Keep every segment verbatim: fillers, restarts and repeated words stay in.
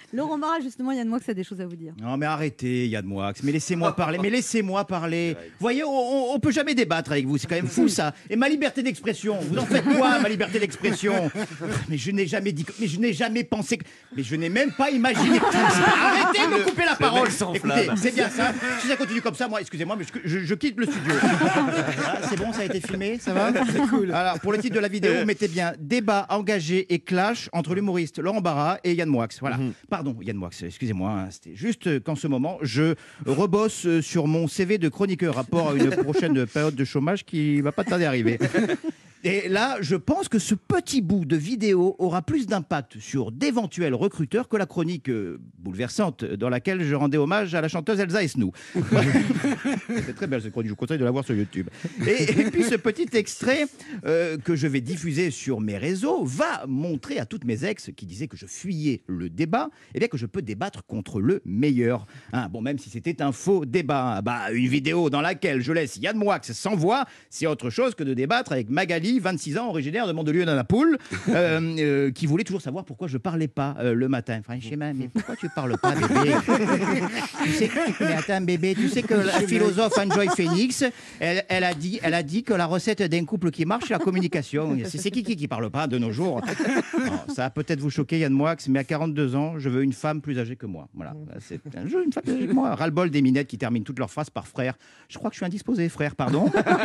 Laurent Barra, justement, Yann Moix a des choses à vous dire. Non mais arrêtez Yann Moix, mais laissez-moi parler, mais laissez-moi parler. Vous voyez, on, on peut jamais débattre avec vous, c'est quand même fou ça. Et ma liberté d'expression, vous en faites quoi, ma liberté d'expression? Mais je n'ai jamais dit, que- mais je n'ai jamais pensé, que- mais je n'ai même pas imaginé. Arrêtez de me couper la parole. Écoutez, c'est bien ça. Si ça continue comme ça, moi, excusez-moi, mais je, je- je quitte le studio. Ah, c'est bon, ça a été filmé, ça va? C'est cool. Alors pour le titre de la vidéo, mettez bien débat engagé et clash entre l'humoriste Laurent Barra et Yann Moix. Voilà. Mm-hmm. Pardon, Yann Moix, excusez-moi, hein, c'était juste qu'en ce moment, je rebosse sur mon C V de chroniqueur rapport à une prochaine période de chômage qui va pas tarder à arriver. Et là, je pense que ce petit bout de vidéo aura plus d'impact sur d'éventuels recruteurs que la chronique euh, bouleversante dans laquelle je rendais hommage à la chanteuse Elsa Esnou. C'est très belle cette chronique, je vous conseille de la voir sur YouTube. Et, et puis ce petit extrait euh, que je vais diffuser sur mes réseaux va montrer à toutes mes ex qui disaient que je fuyais le débat, eh bien que je peux débattre contre le meilleur. Hein, bon, même si c'était un faux débat, bah, une vidéo dans laquelle je laisse Yann Moix sans voix, c'est autre chose que de débattre avec Magali, vingt-six ans, originaire de Mandelieu-dans-la-Poule, euh, euh, qui voulait toujours savoir pourquoi je parlais pas euh, le matin. Franchement, mais pourquoi tu parles pas, bébé? Tu sais que, mais attends, bébé, tu sais que la philosophe Enjoy Phoenix, elle, elle a dit, elle a dit que la recette d'un couple qui marche, c'est la communication. C'est, c'est qui qui qui parle pas de nos jours? Alors, ça va peut-être vous choquer, Yann Moix, mais à quarante-deux ans, je veux une femme plus âgée que moi. Voilà, c'est un jeu, une femme plus âgée que moi. Ras-le-bol des minettes qui terminent toutes leurs phrases par frère. Je crois que je suis indisposé, frère. Pardon.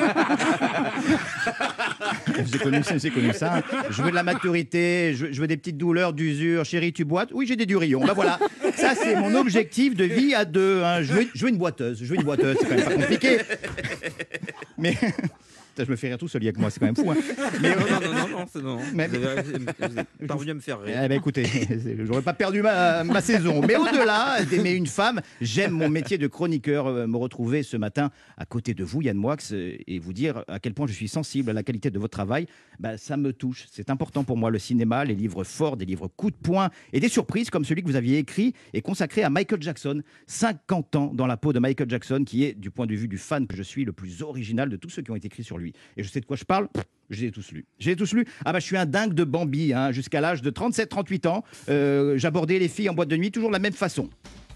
J'ai connu, j'ai connu ça. Je veux de la maturité, je veux, je veux des petites douleurs d'usure. Chérie, tu boites? Oui, j'ai des durillons. Bah voilà, ça c'est mon objectif de vie à deux. Hein. Je, veux, je veux une boiteuse, je veux une boiteuse. C'est quand même pas compliqué. Mais je me fais rire tout seul avec moi, c'est quand même fou. Hein. Mais... Non, non, non, non, non, c'est non. Mais... Vous avez, vous êtes parvenu à me faire rire. Eh ben, écoutez, j'aurais pas perdu ma, ma saison. Mais au-delà d'aimer une femme, j'aime mon métier de chroniqueur. Euh, me retrouver ce matin à côté de vous, Yann Moix, euh, et vous dire à quel point je suis sensible à la qualité de votre travail. Ben, ça me touche. C'est important pour moi, le cinéma, les livres forts, des livres coups de poing et des surprises comme celui que vous aviez écrit et consacré à Michael Jackson. cinquante ans dans la peau de Michael Jackson, qui est, du point de vue du fan que je suis, le plus original de tous ceux qui ont été écrits sur lui. Et je sais de quoi je parle. Je les ai tous lus. Je les ai tous lus. Ah bah je suis un dingue de Bambi, hein. Jusqu'à l'âge de trente-sept trente-huit ans. Euh, j'abordais les filles en boîte de nuit toujours de la même façon.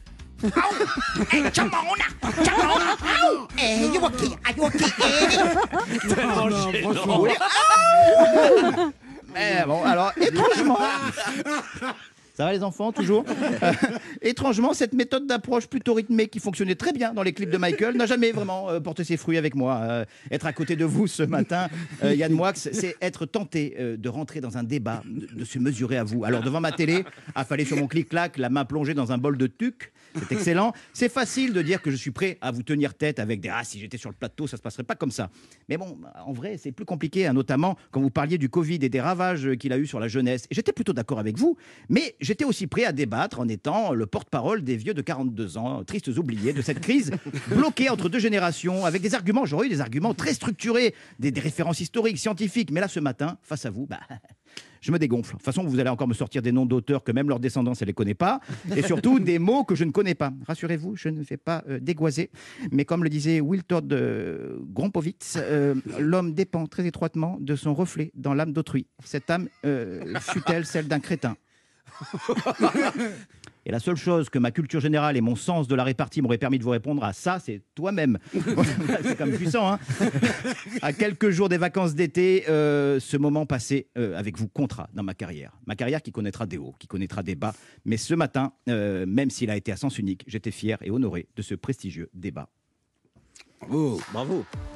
Eh, bon, alors étrangement. Ça va les enfants, toujours euh, étrangement, cette méthode d'approche plutôt rythmée qui fonctionnait très bien dans les clips de Michael n'a jamais vraiment euh, porté ses fruits avec moi. Euh, être à côté de vous ce matin, euh, Yann Moix, c'est être tenté euh, de rentrer dans un débat, de, de se mesurer à vous. Alors devant ma télé, affalé sur mon clic-clac, la main plongée dans un bol de tuc, c'est excellent. C'est facile de dire que je suis prêt à vous tenir tête avec des « ah, si j'étais sur le plateau, ça se passerait pas comme ça ». Mais bon, en vrai, c'est plus compliqué, hein, notamment quand vous parliez du Covid et des ravages qu'il a eu sur la jeunesse. Et j'étais plutôt d'accord avec vous, mais j'étais aussi prêt à débattre en étant le porte-parole des vieux de quarante-deux ans, tristes oubliés de cette crise bloquée entre deux générations, avec des arguments, j'aurais eu des arguments très structurés, des, des références historiques, scientifiques. Mais là, ce matin, face à vous, bah, je me dégonfle. De toute façon, vous allez encore me sortir des noms d'auteurs que même leur descendance, elle ne les connaît pas, et surtout des mots que je ne connais pas. Rassurez-vous, je ne vais pas euh, dégoiser, mais comme le disait Wiltord euh, Grompovitz, euh, l'homme dépend très étroitement de son reflet dans l'âme d'autrui. Cette âme euh, fut-elle celle d'un crétin? Et la seule chose que ma culture générale et mon sens de la répartie m'auraient permis de vous répondre à ça, c'est toi-même. C'est quand même puissant, hein. À quelques jours des vacances d'été, euh, ce moment passé euh, avec vous comptera dans ma carrière. Ma carrière qui connaîtra des hauts, qui connaîtra des bas. Mais ce matin, euh, même s'il a été à sens unique, j'étais fier et honoré de ce prestigieux débat. Bravo, bravo.